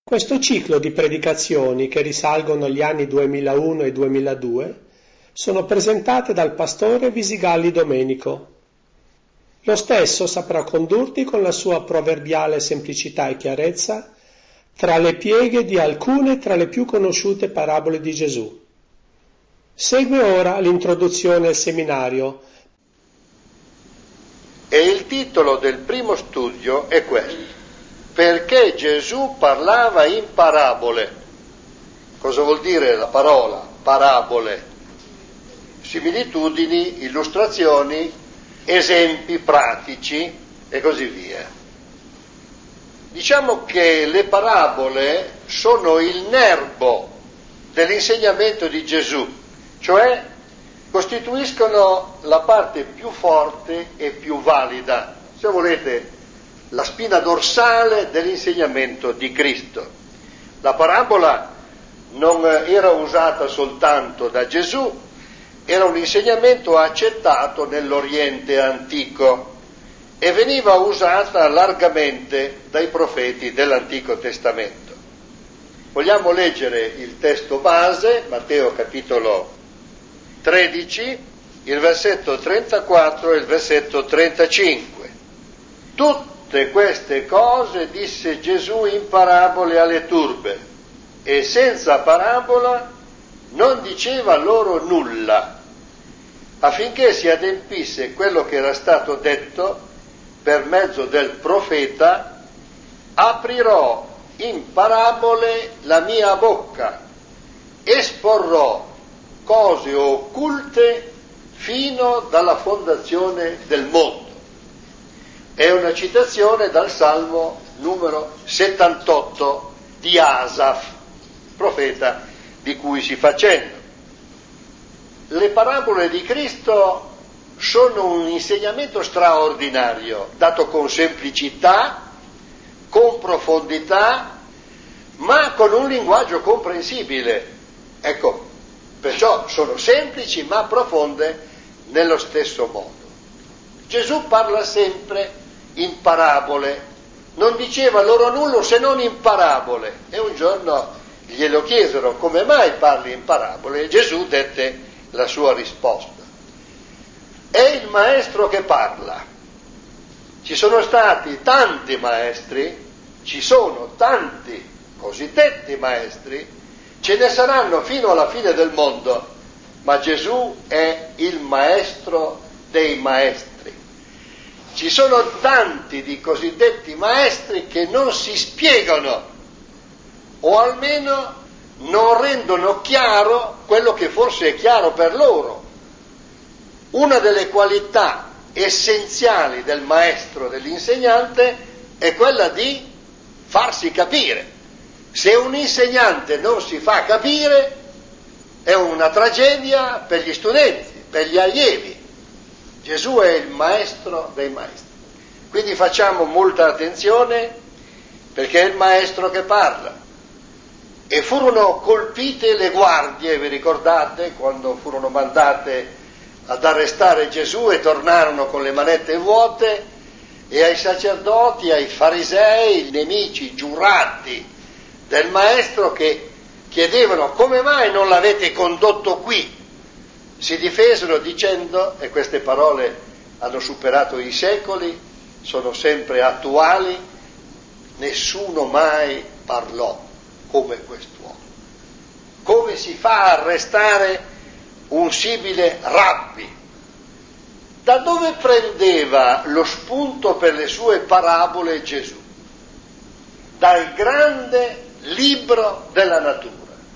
Questo ciclo di predicazioni, che risalgono agli anni 2001 e 2002, sono presentate dal pastore Visigalli Domenico. Lo stesso saprà condurti con la sua proverbiale semplicità e chiarezza tra le pieghe di alcune tra le più conosciute parabole di Gesù. Segue ora l'introduzione al seminario. E il titolo del primo studio è questo: perché Gesù parlava in parabole. Cosa vuol dire la parola parabole? Similitudini, illustrazioni, esempi pratici e così via. Diciamo che le parabole sono il nervo dell'insegnamento di Gesù, cioè costituiscono la parte più forte e più valida, se volete, la spina dorsale dell'insegnamento di Cristo. La parabola non era usata soltanto da Gesù, era un insegnamento accettato nell'Oriente antico e veniva usata largamente dai profeti dell'Antico Testamento. Vogliamo leggere il testo base, Matteo capitolo 13, il versetto 34 e il versetto 35. Tutte queste cose disse Gesù in parabole alle turbe, e senza parabola non diceva loro nulla, affinché si adempisse quello che era stato detto per mezzo del profeta: aprirò in parabole la mia bocca, esporrò cose occulte fino dalla fondazione del mondo. È una citazione dal Salmo numero 78 di Asaf, profeta di cui si fa cenno. Le parabole di Cristo sono un insegnamento straordinario, dato con semplicità, con profondità, ma con un linguaggio comprensibile. Ecco, perciò sono semplici ma profonde nello stesso modo. Gesù parla sempre in parabole, non diceva loro nulla se non in parabole, e un giorno glielo chiesero: come mai parli in parabole? E Gesù dette la sua risposta: è il maestro che parla. Ci sono stati tanti maestri, ci sono tanti cosiddetti maestri, ce ne saranno fino alla fine del mondo, ma Gesù è il maestro dei maestri. Ci sono tanti di cosiddetti maestri che non si spiegano, o almeno non rendono chiaro quello che forse è chiaro per loro. Una delle qualità essenziali del maestro, dell'insegnante, è quella di farsi capire. Se un insegnante non si fa capire, è una tragedia per gli studenti, per gli allievi. Gesù è il maestro dei maestri. Quindi facciamo molta attenzione, perché è il maestro che parla. E furono colpite le guardie, vi ricordate, quando furono mandate ad arrestare Gesù e tornarono con le manette vuote, e ai sacerdoti, ai farisei, nemici giurati del maestro, che chiedevano: come mai non l'avete condotto qui? Si difesero dicendo, e queste parole hanno superato i secoli, sono sempre attuali: nessuno mai parlò come quest'uomo. Come si fa a arrestare un simile rabbi? Da dove prendeva lo spunto per le sue parabole Gesù? Dal grande libro della natura.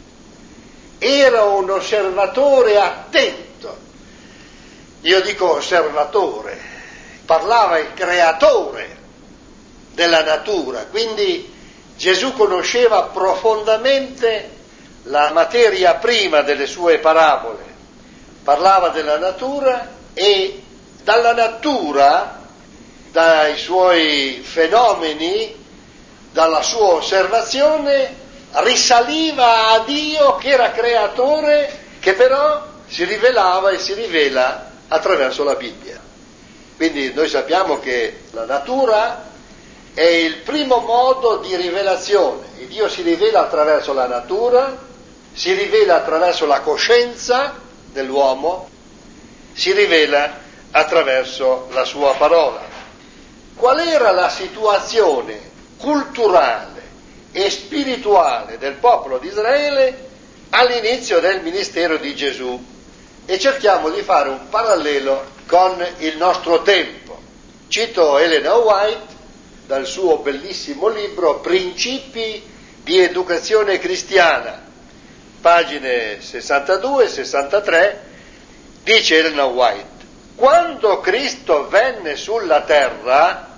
Era un osservatore attento. Io dico osservatore, parlava il creatore della natura, quindi Gesù conosceva profondamente la materia prima delle sue parabole. Parlava della natura e dalla natura, dai suoi fenomeni, dalla sua osservazione, risaliva a Dio che era creatore, che però si rivelava e si rivela attraverso la Bibbia. Quindi noi sappiamo che la natura è il primo modo di rivelazione. Il Dio si rivela attraverso la natura, si rivela attraverso la coscienza dell'uomo, si rivela attraverso la sua parola. Qual era la situazione culturale e spirituale del popolo di Israele all'inizio del ministero di Gesù? E cerchiamo di fare un parallelo con il nostro tempo. Cito Elena White dal suo bellissimo libro Principi di educazione cristiana, pagine 62 e 63, dice Elena White: quando Cristo venne sulla terra,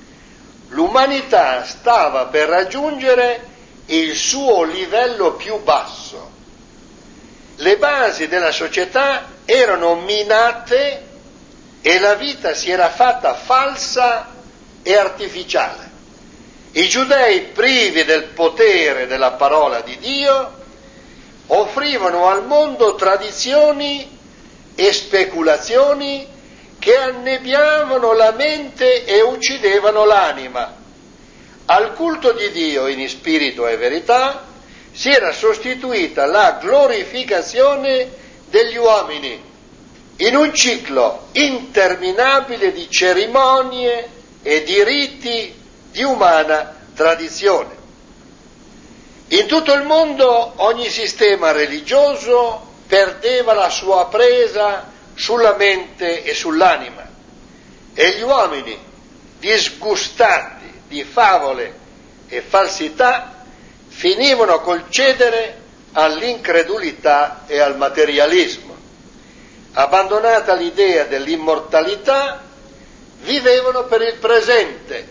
l'umanità stava per raggiungere il suo livello più basso. Le basi della società erano minate e la vita si era fatta falsa e artificiale. I giudei, privi del potere della parola di Dio, offrivano al mondo tradizioni e speculazioni che annebbiavano la mente e uccidevano l'anima. Al culto di Dio in spirito e verità si era sostituita la glorificazione degli uomini in un ciclo interminabile di cerimonie e di riti di umana tradizione. In tutto il mondo ogni sistema religioso perdeva la sua presa sulla mente e sull'anima e gli uomini, disgustati di favole e falsità, finivano col cedere all'incredulità e al materialismo. Abbandonata l'idea dell'immortalità, vivevano per il presente.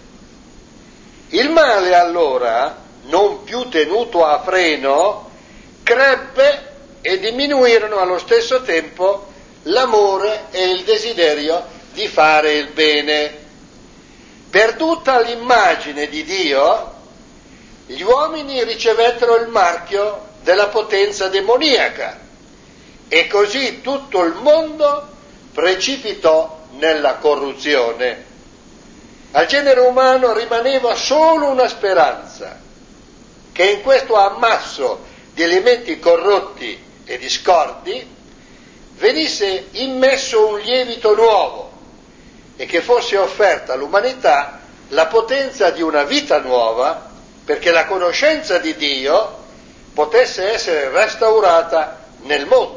Il male allora, non più tenuto a freno, crebbe e diminuirono allo stesso tempo l'amore e il desiderio di fare il bene. Perduta l'immagine di Dio, gli uomini ricevettero il marchio della potenza demoniaca e così tutto il mondo precipitò nella corruzione. Al genere umano rimaneva solo una speranza, che in questo ammasso di elementi corrotti e discordi venisse immesso un lievito nuovo e che fosse offerta all'umanità la potenza di una vita nuova, perché la conoscenza di Dio potesse essere restaurata nel mondo.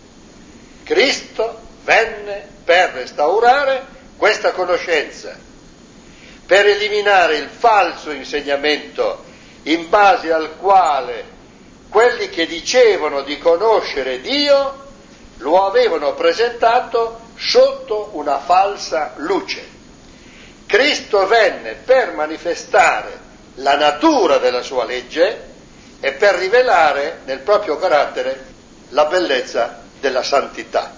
Cristo venne per restaurare questa conoscenza, per eliminare il falso insegnamento in base al quale quelli che dicevano di conoscere Dio lo avevano presentato sotto una falsa luce. Cristo venne per manifestare la natura della sua legge e per rivelare nel proprio carattere la bellezza della santità.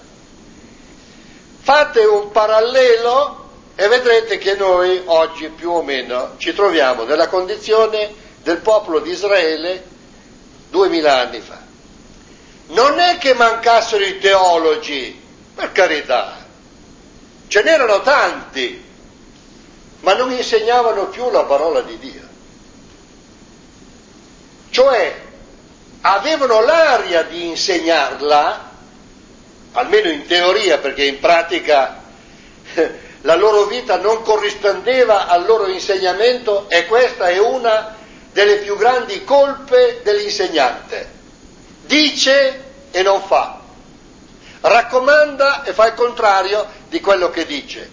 Fate un parallelo e vedrete che noi oggi più o meno ci troviamo nella condizione del popolo di Israele 2000 anni fa. Non è che mancassero i teologi, per carità, ce n'erano tanti, ma non insegnavano più la parola di Dio. Cioè, avevano l'aria di insegnarla, almeno in teoria, perché in pratica la loro vita non corrispondeva al loro insegnamento, e questa è una delle più grandi colpe dell'insegnante. Dice e non fa, raccomanda e fa il contrario di quello che dice,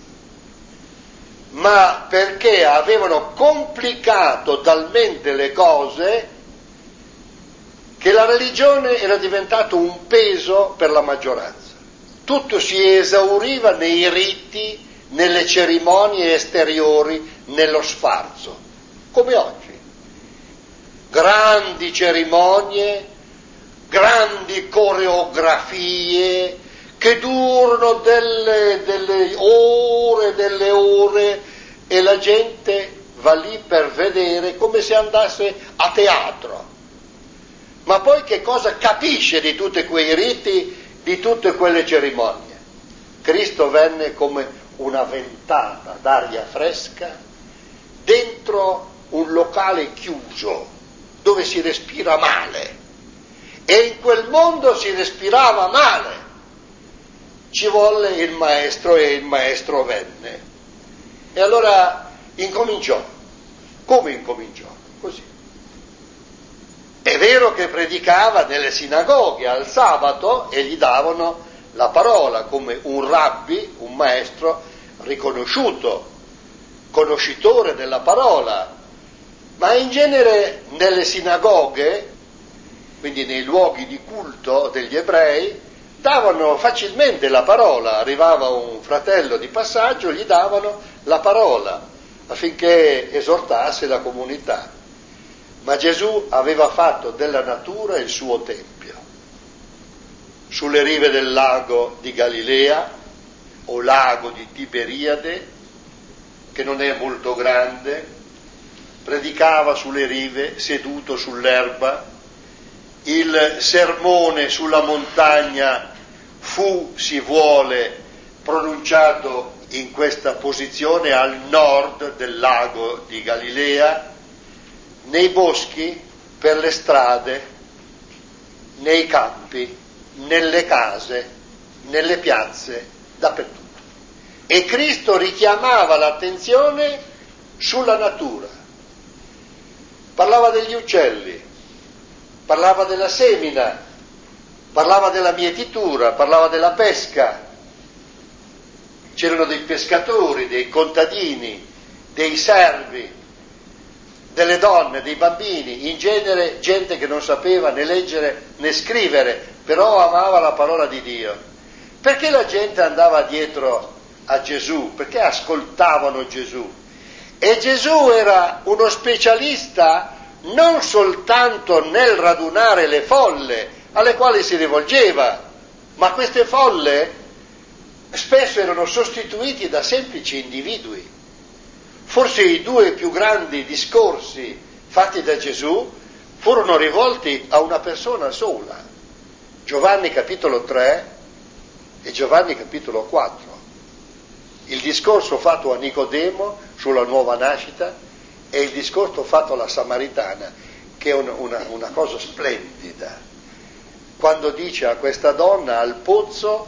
ma perché avevano complicato talmente le cose che la religione era diventato un peso per la maggioranza. Tutto si esauriva nei riti, nelle cerimonie esteriori, nello sfarzo, come oggi. Grandi cerimonie, grandi coreografie che durano delle ore e la gente va lì per vedere come se andasse a teatro. Ma poi che cosa capisce di tutti quei riti, di tutte quelle cerimonie? Cristo venne come una ventata d'aria fresca dentro un locale chiuso dove si respira male, e in quel mondo si respirava male. Ci volle il maestro e il maestro venne. E allora incominciò. Come incominciò? Così. È vero che predicava nelle sinagoghe al sabato e gli davano la parola come un rabbi, un maestro riconosciuto, conoscitore della parola, ma in genere nelle sinagoghe, quindi nei luoghi di culto degli ebrei, davano facilmente la parola. Arrivava un fratello di passaggio, gli davano la parola affinché esortasse la comunità. Ma Gesù aveva fatto della natura il suo tempio. Sulle rive del lago di Galilea, o lago di Tiberiade, che non è molto grande, predicava sulle rive, seduto sull'erba. Il sermone sulla montagna fu, si vuole, pronunciato in questa posizione al nord del lago di Galilea, nei boschi, per le strade, nei campi, nelle case, nelle piazze, dappertutto. E Cristo richiamava l'attenzione sulla natura. Parlava degli uccelli, parlava della semina, parlava della mietitura, parlava della pesca. C'erano dei pescatori, dei contadini, dei servi, delle donne, dei bambini, in genere gente che non sapeva né leggere né scrivere, però amava la parola di Dio. Perché la gente andava dietro a Gesù? Perché ascoltavano Gesù. E Gesù era uno specialista non soltanto nel radunare le folle alle quali si rivolgeva, ma queste folle spesso erano sostituiti da semplici individui. Forse i due più grandi discorsi fatti da Gesù furono rivolti a una persona sola, Giovanni capitolo 3 e Giovanni capitolo 4. Il discorso fatto a Nicodemo sulla nuova nascita e il discorso fatto alla Samaritana, che è una cosa splendida, quando dice a questa donna al pozzo: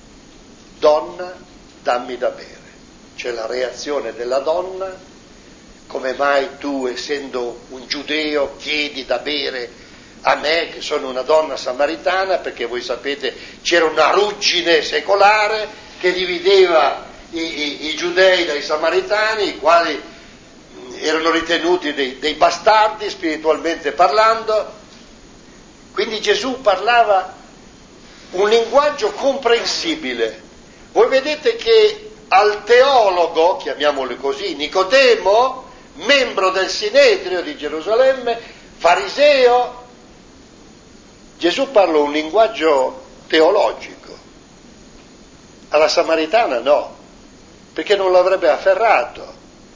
donna, dammi da bere. C'è la reazione della donna: come mai tu, essendo un giudeo, chiedi da bere a me, che sono una donna samaritana? Perché voi sapete c'era una ruggine secolare che divideva i giudei dai samaritani, i quali erano ritenuti dei bastardi spiritualmente parlando. Quindi Gesù parlava un linguaggio comprensibile. Voi vedete che al teologo, chiamiamolo così, Nicodemo, membro del Sinedrio di Gerusalemme, fariseo, Gesù parla un linguaggio teologico. Alla Samaritana no, perché non l'avrebbe afferrato.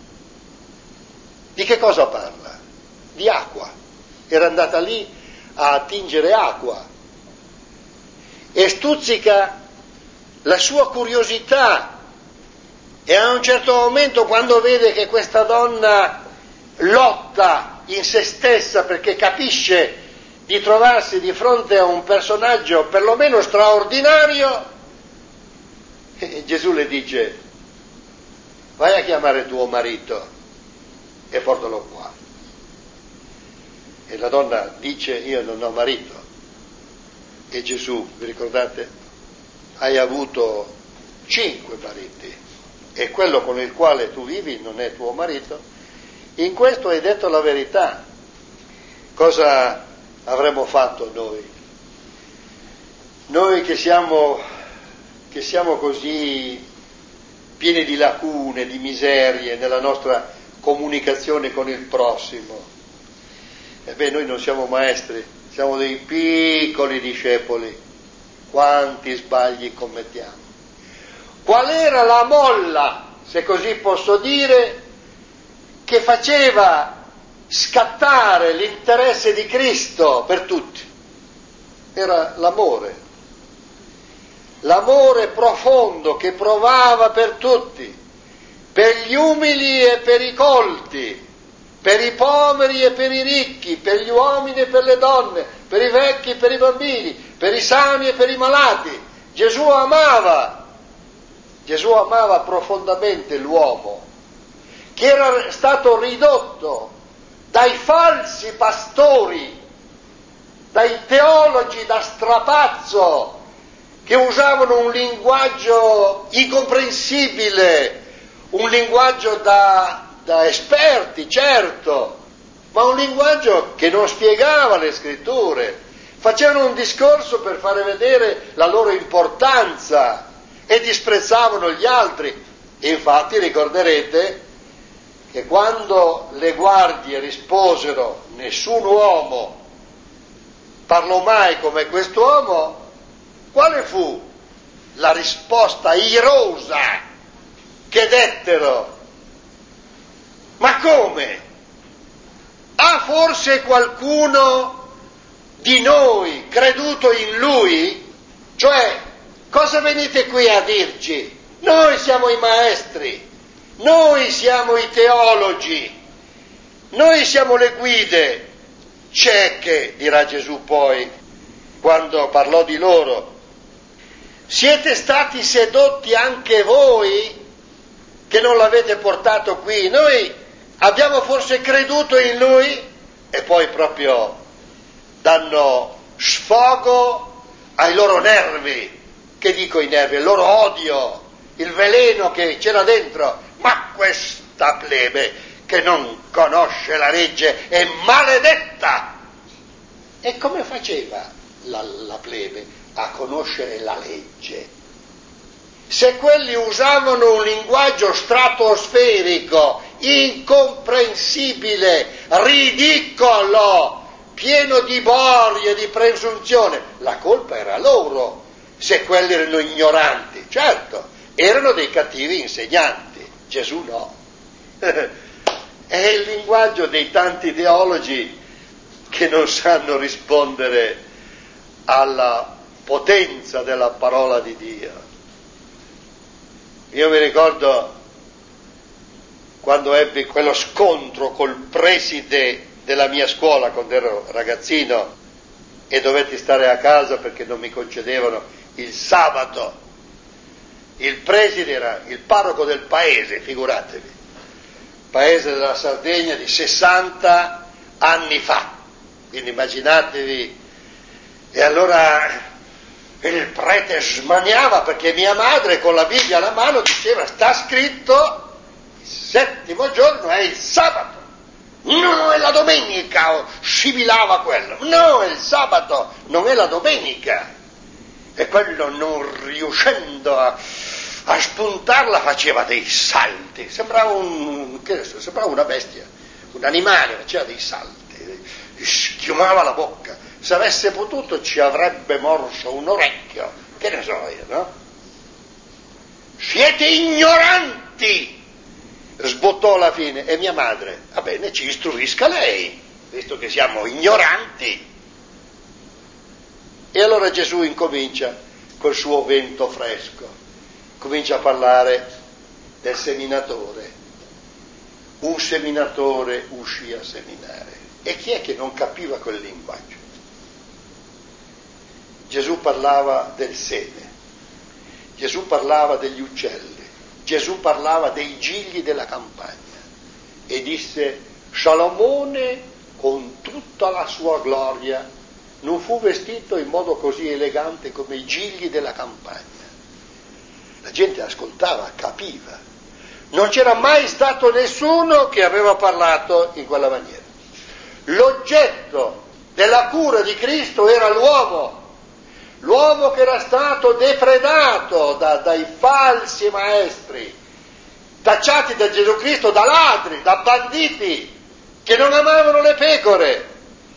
Di che cosa parla? Di acqua. Era andata lì a attingere acqua e stuzzica la sua curiosità, e a un certo momento, quando vede che questa donna lotta in se stessa perché capisce di trovarsi di fronte a un personaggio perlomeno straordinario, Gesù le dice: vai a chiamare tuo marito e portalo qua. E la donna dice: io non ho marito. E Gesù, vi ricordate? Hai avuto 5 mariti e quello con il quale tu vivi non è tuo marito. In questo hai detto la verità. Cosa avremmo fatto noi? Noi che siamo così pieni di lacune, di miserie nella nostra comunicazione con il prossimo. Noi non siamo maestri, siamo dei piccoli discepoli. Quanti sbagli commettiamo? Qual era la molla, se così posso dire, che faceva scattare l'interesse di Cristo per tutti? Era l'amore profondo che provava per tutti. per gli umili e per i colti, per i poveri e per i ricchi, per gli uomini e per le donne, per i vecchi e per i bambini, per i sani e per i malati. Gesù amava profondamente l'uomo, che era stato ridotto dai falsi pastori, dai teologi da strapazzo, che usavano un linguaggio incomprensibile, un linguaggio da esperti, certo, ma un linguaggio che non spiegava le scritture. Facevano un discorso per fare vedere la loro importanza e disprezzavano gli altri. E infatti ricorderete che quando le guardie risposero nessun uomo parlò mai come quest'uomo, quale fu la risposta irosa che dettero? Ma come? Ha forse qualcuno di noi creduto in lui? Cioè, cosa venite qui a dirci? Noi siamo i maestri, noi siamo i teologi, noi siamo le guide cieche, dirà Gesù poi, quando parlò di loro. Siete stati sedotti anche voi che non l'avete portato qui? Noi abbiamo forse creduto in lui? E poi proprio danno sfogo ai loro nervi. Che dico i nervi? Il loro odio, il veleno che c'era dentro. Ma questa plebe che non conosce la legge è maledetta! E come faceva la plebe a conoscere la legge? Se quelli usavano un linguaggio stratosferico, incomprensibile, ridicolo, pieno di boria e di presunzione, la colpa era loro. Se quelli erano ignoranti, certo, erano dei cattivi insegnanti, Gesù no. È il linguaggio dei tanti teologi che non sanno rispondere alla potenza della parola di Dio. Io mi ricordo quando ebbi quello scontro col preside della mia scuola quando ero ragazzino e dovetti stare a casa perché non mi concedevano il sabato. Il preside era il parroco del paese, figuratevi, paese della Sardegna di 60 anni fa, quindi immaginatevi. E allora il prete smaniava perché mia madre con la Bibbia alla mano diceva: sta scritto il settimo giorno è il sabato, no è la domenica, o scivilava quello, no è il sabato, non è la domenica. E quello non riuscendo a spuntarla faceva dei salti, sembrava una bestia, un animale, faceva dei salti, schiumava la bocca. Se avesse potuto ci avrebbe morso un orecchio, che ne so io, no? Siete ignoranti! Sbottò alla fine. E mia madre: va bene, ci istruisca lei, visto che siamo ignoranti. E allora Gesù incomincia col suo vento fresco, comincia a parlare del seminatore. Un seminatore uscì a seminare. E chi è che non capiva quel linguaggio? Gesù parlava del seme, Gesù parlava degli uccelli, Gesù parlava dei gigli della campagna e disse: Salomone con tutta la sua gloria non fu vestito in modo così elegante come i gigli della campagna. La gente ascoltava, capiva. Non c'era mai stato nessuno che aveva parlato in quella maniera. L'oggetto della cura di Cristo era l'uomo che era stato depredato dai falsi maestri, tacciati da Gesù Cristo da ladri, da banditi, che non amavano le pecore.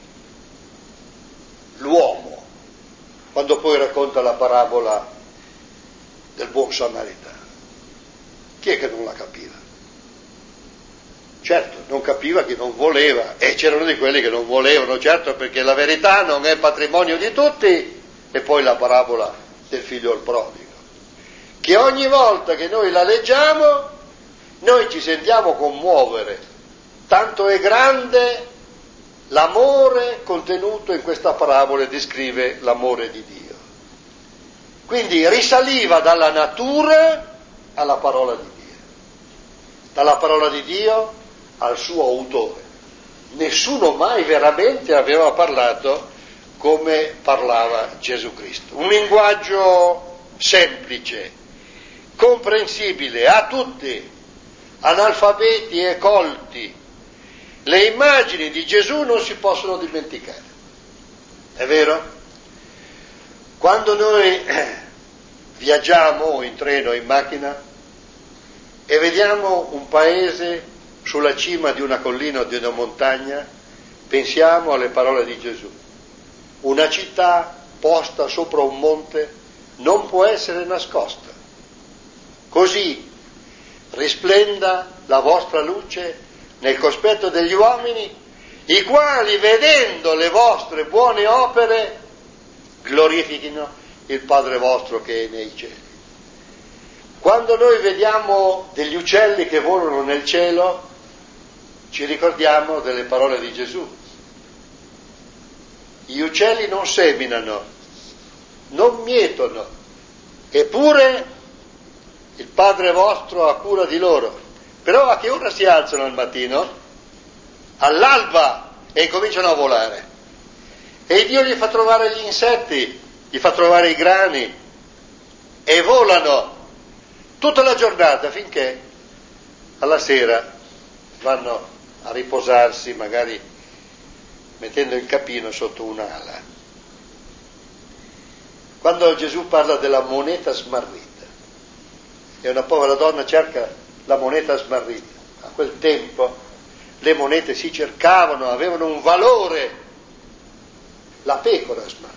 L'uomo, quando poi racconta la parabola del buon samaritano, chi è che non la capiva? Certo, non capiva chi non voleva, e c'erano di quelli che non volevano, certo, perché la verità non è patrimonio di tutti. E poi la parabola del figlio prodigo, che ogni volta che noi la leggiamo noi ci sentiamo commuovere, tanto è grande l'amore contenuto in questa parabola e descrive l'amore di Dio. Quindi risaliva dalla natura alla parola di Dio, dalla parola di Dio al suo autore. Nessuno mai veramente aveva parlato come parlava Gesù Cristo. Un linguaggio semplice, comprensibile a tutti, analfabeti e colti. Le immagini di Gesù non si possono dimenticare. È vero? Quando noi viaggiamo in treno o in macchina e vediamo un paese sulla cima di una collina o di una montagna, pensiamo alle parole di Gesù. Una città posta sopra un monte non può essere nascosta. Così risplenda la vostra luce nel cospetto degli uomini, i quali, vedendo le vostre buone opere, glorifichino il Padre vostro che è nei cieli. Quando noi vediamo degli uccelli che volano nel cielo, ci ricordiamo delle parole di Gesù. Gli uccelli non seminano, non mietono, eppure il Padre vostro ha cura di loro. Però a che ora si alzano al mattino? All'alba, e incominciano a volare. E Dio gli fa trovare gli insetti, gli fa trovare i grani, e volano tutta la giornata finché alla sera vanno a riposarsi, magari mettendo il capino sotto un'ala. Quando Gesù parla della moneta smarrita, e una povera donna cerca la moneta smarrita, a quel tempo le monete si cercavano, avevano un valore, la pecora smarrita.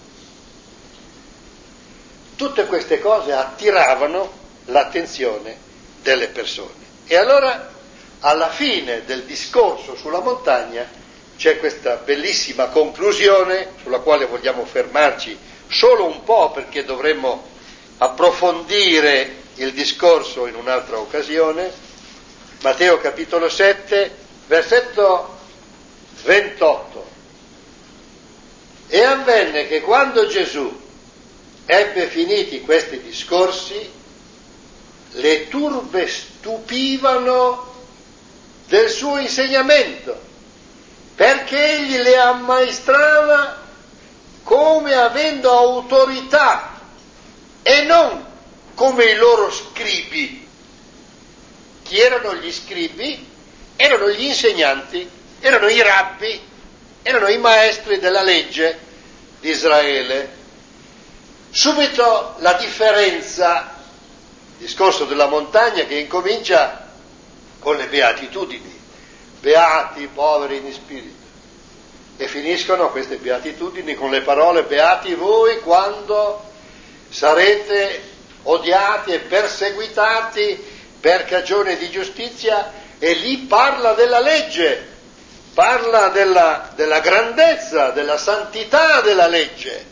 Tutte queste cose attiravano l'attenzione delle persone. E allora, alla fine del discorso sulla montagna, c'è questa bellissima conclusione sulla quale vogliamo fermarci solo un po', perché dovremmo approfondire il discorso in un'altra occasione. Matteo capitolo 7, versetto 28. E avvenne che quando Gesù ebbe finiti questi discorsi, le turbe stupivano del suo insegnamento, perché egli le ammaestrava come avendo autorità e non come i loro scribi. Chi erano gli scribi? Erano gli insegnanti, erano i rabbi, erano i maestri della legge di Israele. Subito la differenza, il discorso della montagna che incomincia con le beatitudini, beati i poveri in spirito, e finiscono queste beatitudini con le parole: beati voi quando sarete odiati e perseguitati per cagione di giustizia. E lì parla della legge, parla della grandezza, della santità della legge,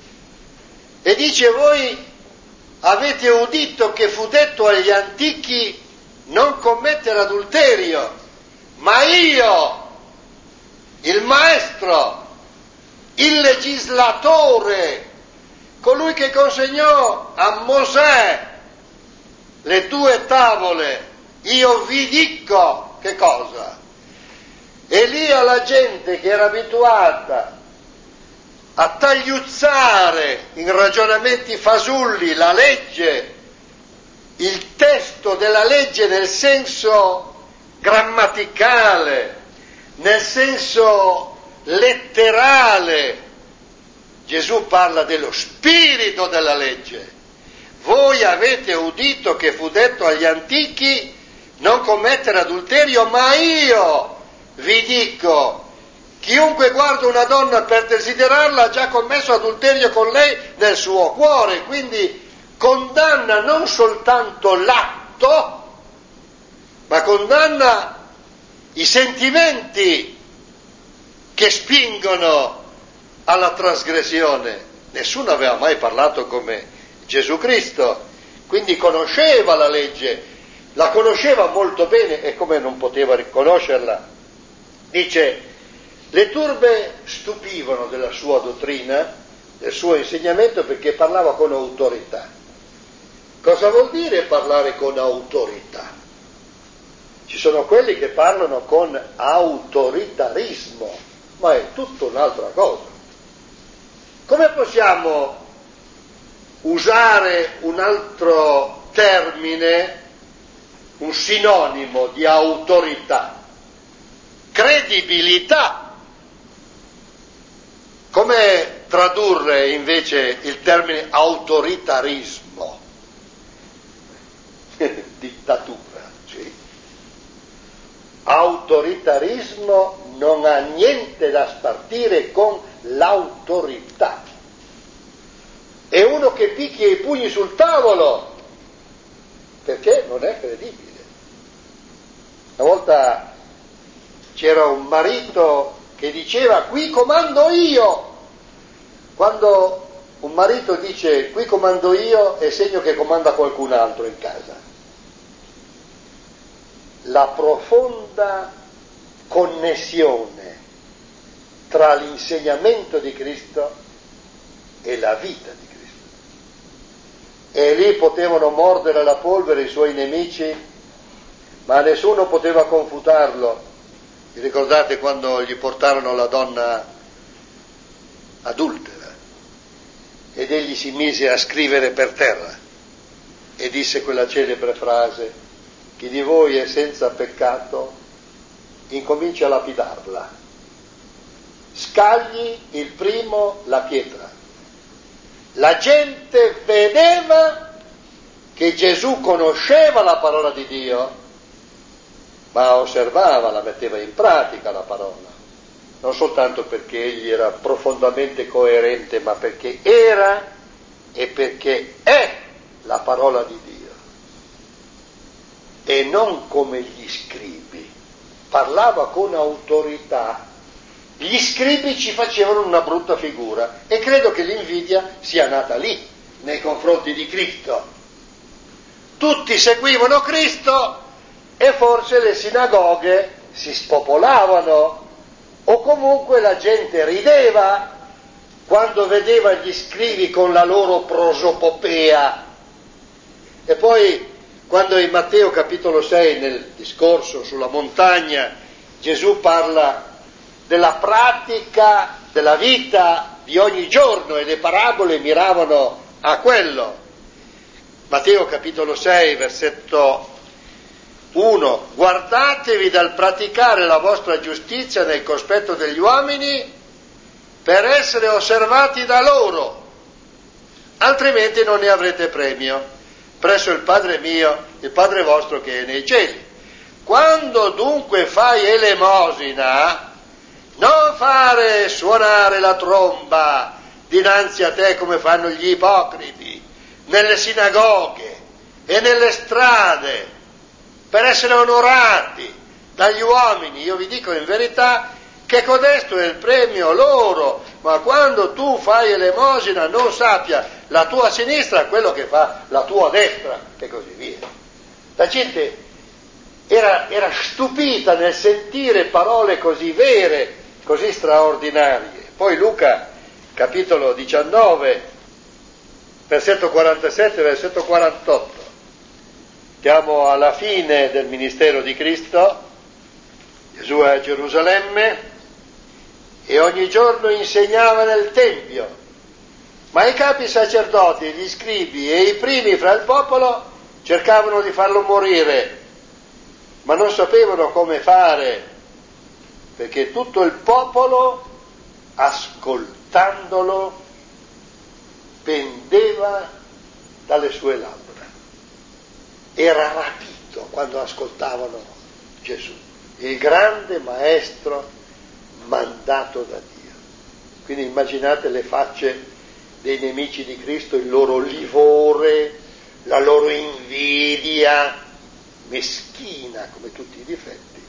e dice: voi avete udito che fu detto agli antichi non commettere adulterio, ma io, il maestro, il legislatore, colui che consegnò a Mosè le 2 tavole, io vi dico che cosa. E lì alla gente che era abituata a tagliuzzare in ragionamenti fasulli la legge, il testo della legge nel senso grammaticale, nel senso letterale, Gesù parla dello spirito della legge. Voi avete udito che fu detto agli antichi non commettere adulterio, ma io vi dico: chiunque guarda una donna per desiderarla ha già commesso adulterio con lei nel suo cuore. Quindi condanna non soltanto l'atto, ma condanna i sentimenti che spingono alla trasgressione. Nessuno aveva mai parlato come Gesù Cristo, quindi conosceva la legge la conosceva molto bene, e come non poteva riconoscerla? Dice, le turbe stupivano della sua dottrina, del suo insegnamento, perché parlava con autorità. Cosa vuol dire parlare con autorità? Ci sono quelli che parlano con autoritarismo, ma è tutto un'altra cosa. Come possiamo usare un altro termine, un sinonimo di autorità? Credibilità. Come tradurre invece il termine autoritarismo? Dittatura, sì. Autoritarismo non ha niente da spartire con l'autorità. È uno che picchia i pugni sul tavolo, perché non è credibile. Una volta c'era un marito che diceva qui comando io. Quando un marito dice qui comando io è segno che comanda qualcun altro in casa. La profonda connessione tra l'insegnamento di Cristo e la vita di Cristo. E lì potevano mordere la polvere i suoi nemici, ma nessuno poteva confutarlo. Vi ricordate quando gli portarono la donna adultera ed egli si mise a scrivere per terra e disse quella celebre frase: chi di voi è senza peccato incomincia a lapidarla, scagli il primo la pietra. La gente vedeva che Gesù conosceva la parola di Dio, ma osservava, la metteva in pratica la parola, non soltanto perché egli era profondamente coerente, ma perché era e perché è la parola di Dio. E non come gli scribi, parlava con autorità. Gli scribi ci facevano una brutta figura e credo che l'invidia sia nata lì, nei confronti di Cristo. Tutti seguivano Cristo e forse le sinagoghe si spopolavano, o comunque la gente rideva quando vedeva gli scribi con la loro prosopopea. E poi quando in Matteo capitolo 6, nel discorso sulla montagna, Gesù parla della pratica della vita di ogni giorno e le parabole miravano a quello. Matteo capitolo 6, versetto 1: guardatevi dal praticare la vostra giustizia nel cospetto degli uomini per essere osservati da loro, altrimenti non ne avrete premio presso il Padre mio, il Padre vostro che è nei cieli. Quando dunque fai elemosina, non fare suonare la tromba dinanzi a te come fanno gli ipocriti nelle sinagoghe e nelle strade per essere onorati dagli uomini. Io vi dico in verità che codesto è il premio loro, ma quando tu fai elemosina non sappia la tua sinistra quello che fa la tua destra, e così via. La gente era stupita nel sentire parole così vere, così straordinarie. Poi Luca, capitolo 19, versetto 47, versetto 48. Siamo alla fine del ministero di Cristo, Gesù è a Gerusalemme e ogni giorno insegnava nel Tempio, ma i capi sacerdoti, gli scribi e i primi fra il popolo cercavano di farlo morire, ma non sapevano come fare, perché tutto il popolo, ascoltandolo, pendeva dalle sue labbra. Era rapito quando ascoltavano Gesù, il grande maestro mandato da Dio. Quindi immaginate le facce dei nemici di Cristo, il loro livore, la loro invidia meschina come tutti i difetti.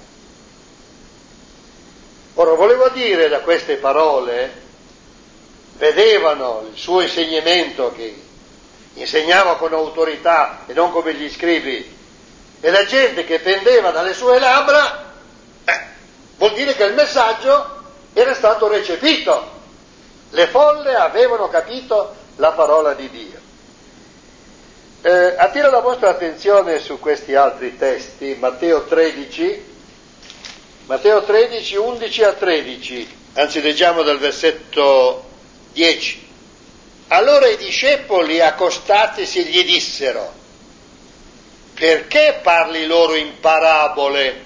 Ora volevo dire da queste parole, vedevano il suo insegnamento che insegnava con autorità e non come gli scribi, e la gente che pendeva dalle sue labbra, vuol dire che il messaggio era stato recepito. Le folle avevano capito la parola di Dio. Attiro la vostra attenzione su questi altri testi, Matteo 13, 11 a 13, anzi leggiamo dal versetto 10. Allora i discepoli accostatisi gli dissero: perché parli loro in parabole?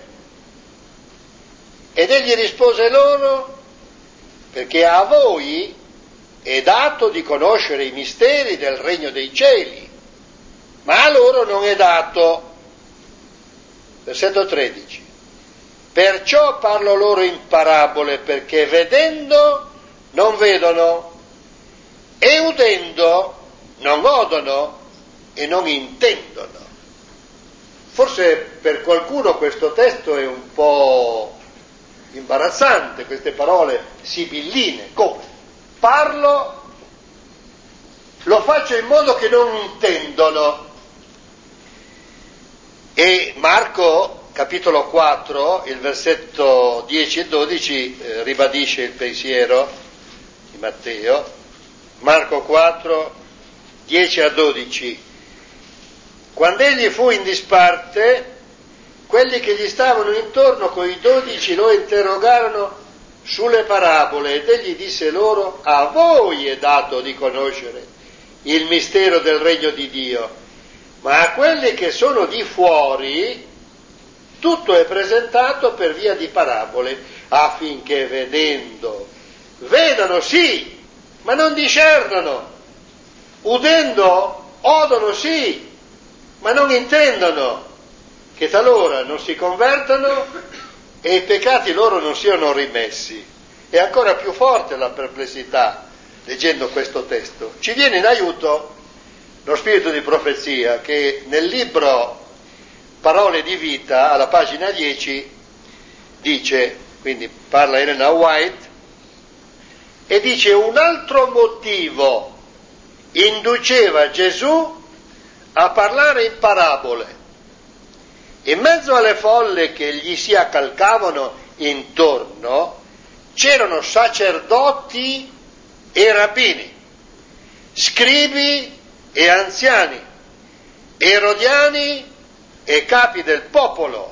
Ed egli rispose loro: perché a voi è dato di conoscere i misteri del regno dei cieli, ma a loro non è dato. Versetto 13. Perciò parlo loro in parabole, perché vedendo non vedono, e udendo non odono e non intendono. Forse per qualcuno questo testo è un po' imbarazzante, queste parole sibilline. Come? Parlo, lo faccio in modo che non intendono. E Marco, capitolo 4, il versetto 10 e 12, ribadisce il pensiero di Matteo. Marco 4, 10 a 12. Quando egli fu in disparte, quelli che gli stavano intorno con i 12 lo interrogarono sulle parabole, ed egli disse loro: a voi è dato di conoscere il mistero del regno di Dio, ma a quelli che sono di fuori tutto è presentato per via di parabole, affinché vedendo vedano sì, ma non discernono, udendo odono sì, ma non intendono, che talora non si convertano e i peccati loro non siano rimessi. È ancora più forte la perplessità leggendo questo testo. Ci viene in aiuto lo spirito di profezia che nel libro Parole di vita, alla pagina 10, dice, quindi parla Elena White, e dice: un altro motivo induceva Gesù a parlare in parabole. In mezzo alle folle che gli si accalcavano intorno c'erano sacerdoti e rabbini, scribi e anziani, erodiani e capi del popolo,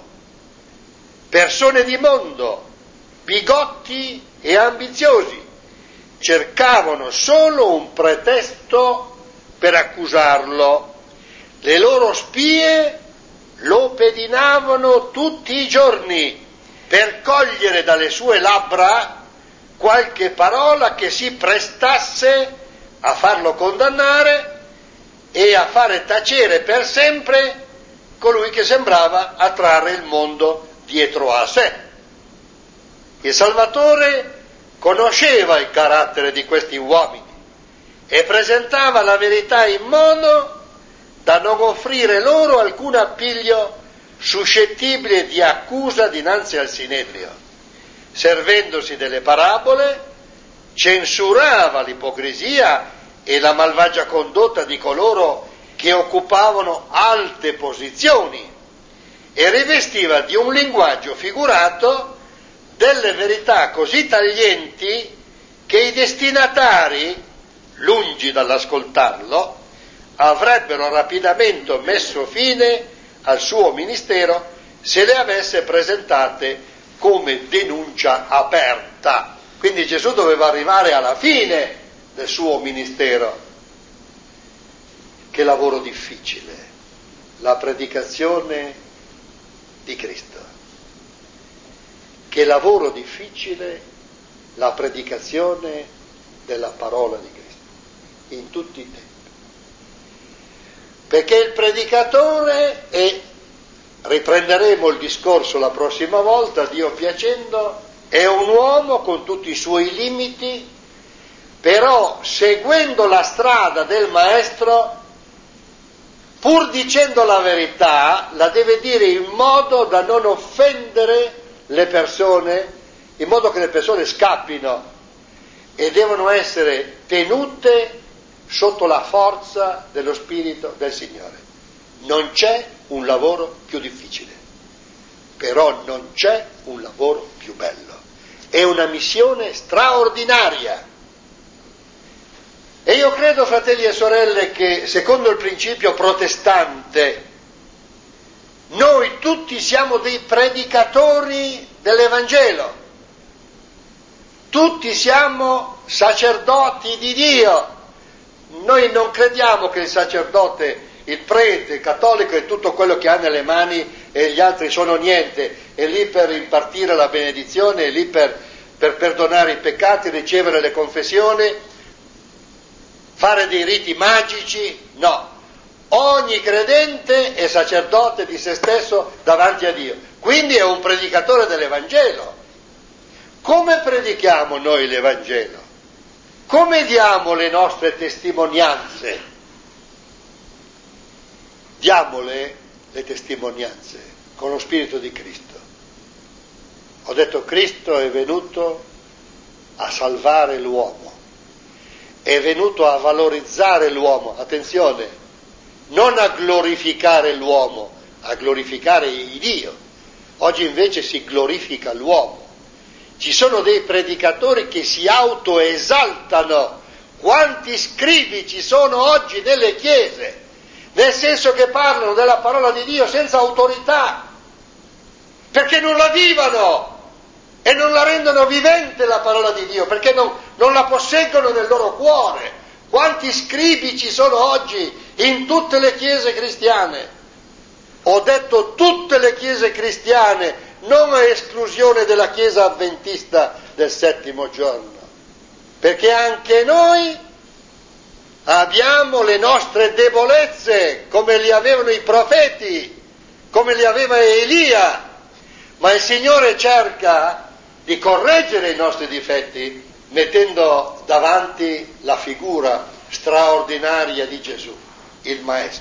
persone di mondo, bigotti e ambiziosi. Cercavano solo un pretesto per accusarlo. Le loro spie lo pedinavano tutti i giorni per cogliere dalle sue labbra qualche parola che si prestasse a farlo condannare e a fare tacere per sempre colui che sembrava attrarre il mondo dietro a sé. Il Salvatore conosceva il carattere di questi uomini e presentava la verità in modo da non offrire loro alcun appiglio suscettibile di accusa dinanzi al Sinedrio. Servendosi delle parabole, censurava l'ipocrisia e la malvagia condotta di coloro che occupavano alte posizioni e rivestiva di un linguaggio figurato delle verità così taglienti che i destinatari, lungi dall'ascoltarlo, avrebbero rapidamente messo fine al suo ministero se le avesse presentate come denuncia aperta. Quindi Gesù doveva arrivare alla fine del suo ministero. Che lavoro difficile, la predicazione di Cristo. Che lavoro difficile la predicazione della parola di Cristo, in tutti i tempi. Perché il predicatore è, riprenderemo il discorso la prossima volta, Dio piacendo, è un uomo con tutti i suoi limiti, però seguendo la strada del maestro, pur dicendo la verità, la deve dire in modo da non offendere le persone, in modo che le persone scappino e devono essere tenute sotto la forza dello Spirito del Signore. Non c'è un lavoro più difficile, però non c'è un lavoro più bello. È una missione straordinaria. E io credo, fratelli e sorelle, che secondo il principio protestante noi tutti siamo dei predicatori dell'Evangelo, tutti siamo sacerdoti di Dio. Noi non crediamo che il sacerdote, il prete, il cattolico è tutto quello che ha nelle mani e gli altri sono niente, è lì per impartire la benedizione, è lì per perdonare i peccati, ricevere le confessioni, fare dei riti magici. No, ogni credente è sacerdote di se stesso davanti a Dio, quindi è un predicatore dell'Evangelo. Come predichiamo noi l'Evangelo? Come diamo le nostre testimonianze? Diamole le testimonianze con lo Spirito di Cristo. Ho detto, Cristo è venuto a salvare l'uomo, è venuto a valorizzare l'uomo, attenzione, non a glorificare l'uomo, a glorificare il Dio. Oggi invece si glorifica l'uomo. Ci sono dei predicatori che si autoesaltano. Quanti scribi ci sono oggi nelle chiese, nel senso che parlano della parola di Dio senza autorità, perché non la vivono e non la rendono vivente la parola di Dio, perché non la posseggono nel loro cuore. Quanti scribi ci sono oggi in tutte le chiese cristiane? Ho detto tutte le chiese cristiane, non a esclusione della Chiesa Avventista del settimo giorno, perché anche noi abbiamo le nostre debolezze, come li avevano i profeti, come li aveva Elia, ma il Signore cerca di correggere i nostri difetti mettendo davanti la figura straordinaria di Gesù, il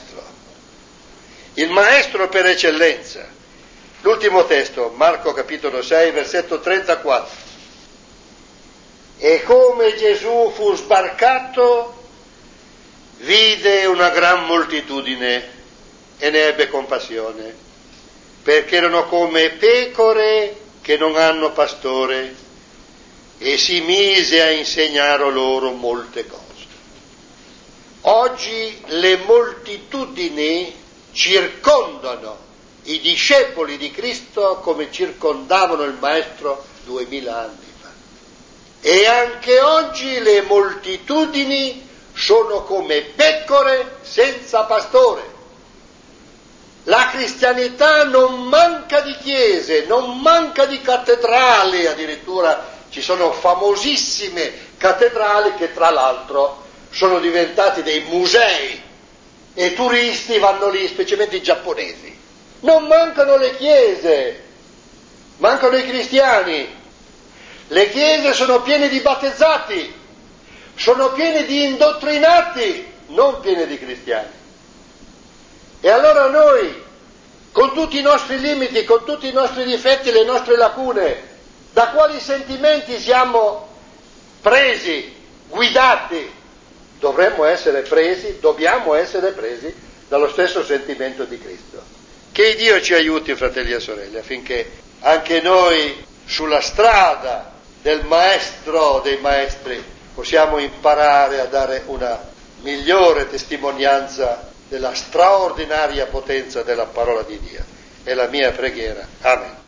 Maestro per eccellenza. L'ultimo testo, Marco capitolo 6, versetto 34. E come Gesù fu sbarcato, vide una gran moltitudine e ne ebbe compassione, perché erano come pecore che non hanno pastore, e si mise a insegnare loro molte cose. Oggi le moltitudini circondano i discepoli di Cristo come circondavano il Maestro 2000 anni fa. E anche oggi le moltitudini sono come pecore senza pastore. La cristianità non manca di chiese, non manca di cattedrali, addirittura ci sono famosissime cattedrali che tra l'altro sono diventati dei musei e i turisti vanno lì, specialmente i giapponesi. Non mancano le chiese, mancano i cristiani. Le chiese sono piene di battezzati, sono piene di indottrinati, non piene di cristiani. E allora noi, con tutti i nostri limiti, con tutti i nostri difetti, le nostre lacune, da quali sentimenti siamo presi, guidati? Dobbiamo essere presi dallo stesso sentimento di Cristo. Che Dio ci aiuti, fratelli e sorelle, affinché anche noi sulla strada del Maestro dei Maestri possiamo imparare a dare una migliore testimonianza della straordinaria potenza della parola di Dio. È la mia preghiera. Amen.